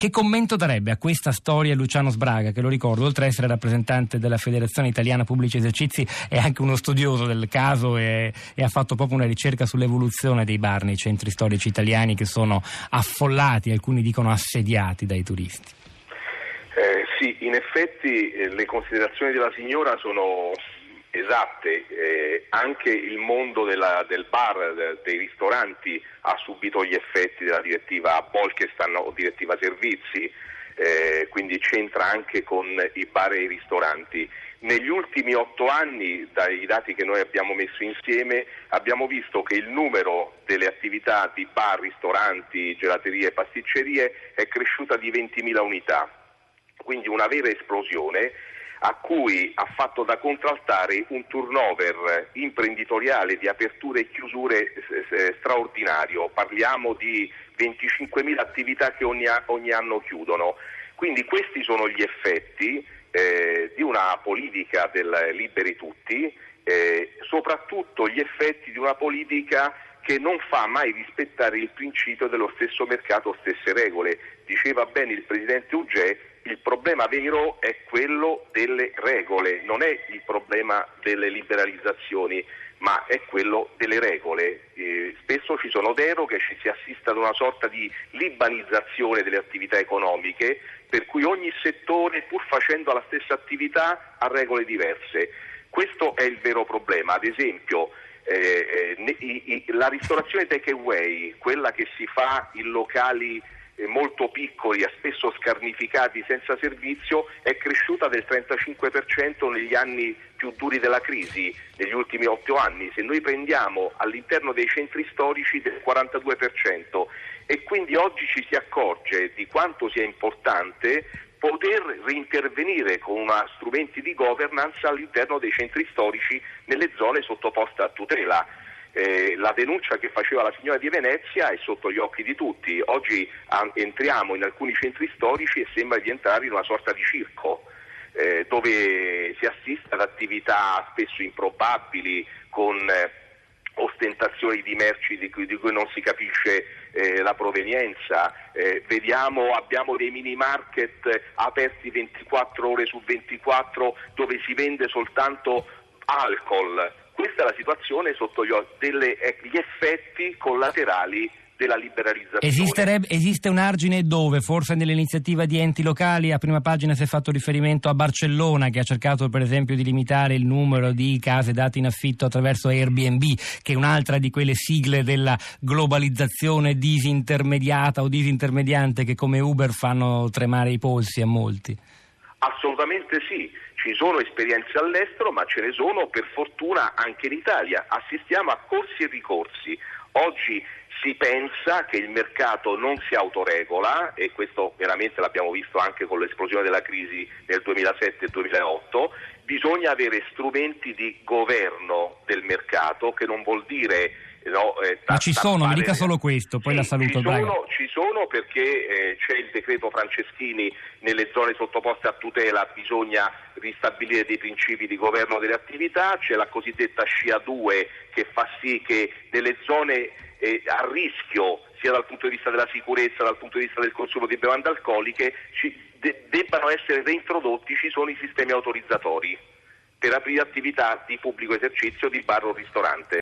Che commento darebbe a questa storia Luciano Sbraga, che lo ricordo, oltre ad essere rappresentante della Federazione Italiana Pubblici Esercizi, è anche uno studioso del caso e ha fatto proprio una ricerca sull'evoluzione dei bar nei centri storici italiani che sono affollati, alcuni dicono assediati dai turisti. Sì, in effetti le considerazioni della signora sono esatte, anche il mondo del bar, dei ristoranti ha subito gli effetti della direttiva Bolkestein o direttiva servizi, quindi c'entra anche con i bar e i ristoranti. Negli ultimi 8 anni, dai dati che noi abbiamo messo insieme, abbiamo visto che il numero delle attività di bar, ristoranti, gelaterie e pasticcerie è cresciuta di 20.000 unità, quindi una vera esplosione a cui ha fatto da contraltare un turnover imprenditoriale di aperture e chiusure straordinario. Parliamo di 25.000 attività che ogni anno chiudono. Quindi questi sono gli effetti di una politica del liberi tutti, soprattutto gli effetti di una politica che non fa mai rispettare il principio dello stesso mercato, stesse regole. Diceva bene il presidente Ugè, il problema vero è quello delle regole, non è il problema delle liberalizzazioni, ma è quello delle regole. Spesso ci sono deroghe, ci si assiste ad una sorta di libanizzazione delle attività economiche, per cui ogni settore, pur facendo la stessa attività, ha regole diverse. Questo è il vero problema. Ad esempio, la ristorazione take away, quella che si fa in locali molto piccoli, spesso scarnificati, senza servizio, è cresciuta del 35% negli anni più duri della crisi, negli ultimi 8 anni. Se noi prendiamo all'interno dei centri storici del 42%, e quindi oggi ci si accorge di quanto sia importante poter reintervenire con strumenti di governance all'interno dei centri storici nelle zone sottoposte a tutela. La denuncia che faceva la signora di Venezia è sotto gli occhi di tutti. Oggi entriamo in alcuni centri storici e sembra di entrare in una sorta di circo, dove si assiste ad attività spesso improbabili, con ostentazioni di merci di cui non si capisce la provenienza. Abbiamo dei mini market aperti 24 ore su 24 dove si vende soltanto alcol. Questa è la situazione sotto gli effetti collaterali della liberalizzazione. Esiste un argine dove? Forse nell'iniziativa di enti locali. A prima pagina si è fatto riferimento a Barcellona, che ha cercato per esempio di limitare il numero di case date in affitto attraverso Airbnb, che è un'altra di quelle sigle della globalizzazione disintermediata o disintermediante che come Uber fanno tremare i polsi a molti. Assolutamente sì. Ci sono esperienze all'estero, ma ce ne sono per fortuna anche in Italia. Assistiamo a corsi e ricorsi. Oggi si pensa che il mercato non si autoregola, e questo veramente l'abbiamo visto anche con l'esplosione della crisi nel 2007 e 2008. Bisogna avere strumenti di governo del mercato, che non vuol dire ma ci sono, mi dica solo questo, poi la saluto. Ci sono perché c'è il decreto Franceschini, nelle zone sottoposte a tutela bisogna ristabilire dei principi di governo delle attività, c'è la cosiddetta SCIA 2 che fa sì che nelle zone a rischio, sia dal punto di vista della sicurezza, dal punto di vista del consumo di bevande alcoliche, debbano essere reintrodotti, ci sono i sistemi autorizzatori per aprire attività di pubblico esercizio di bar o ristorante.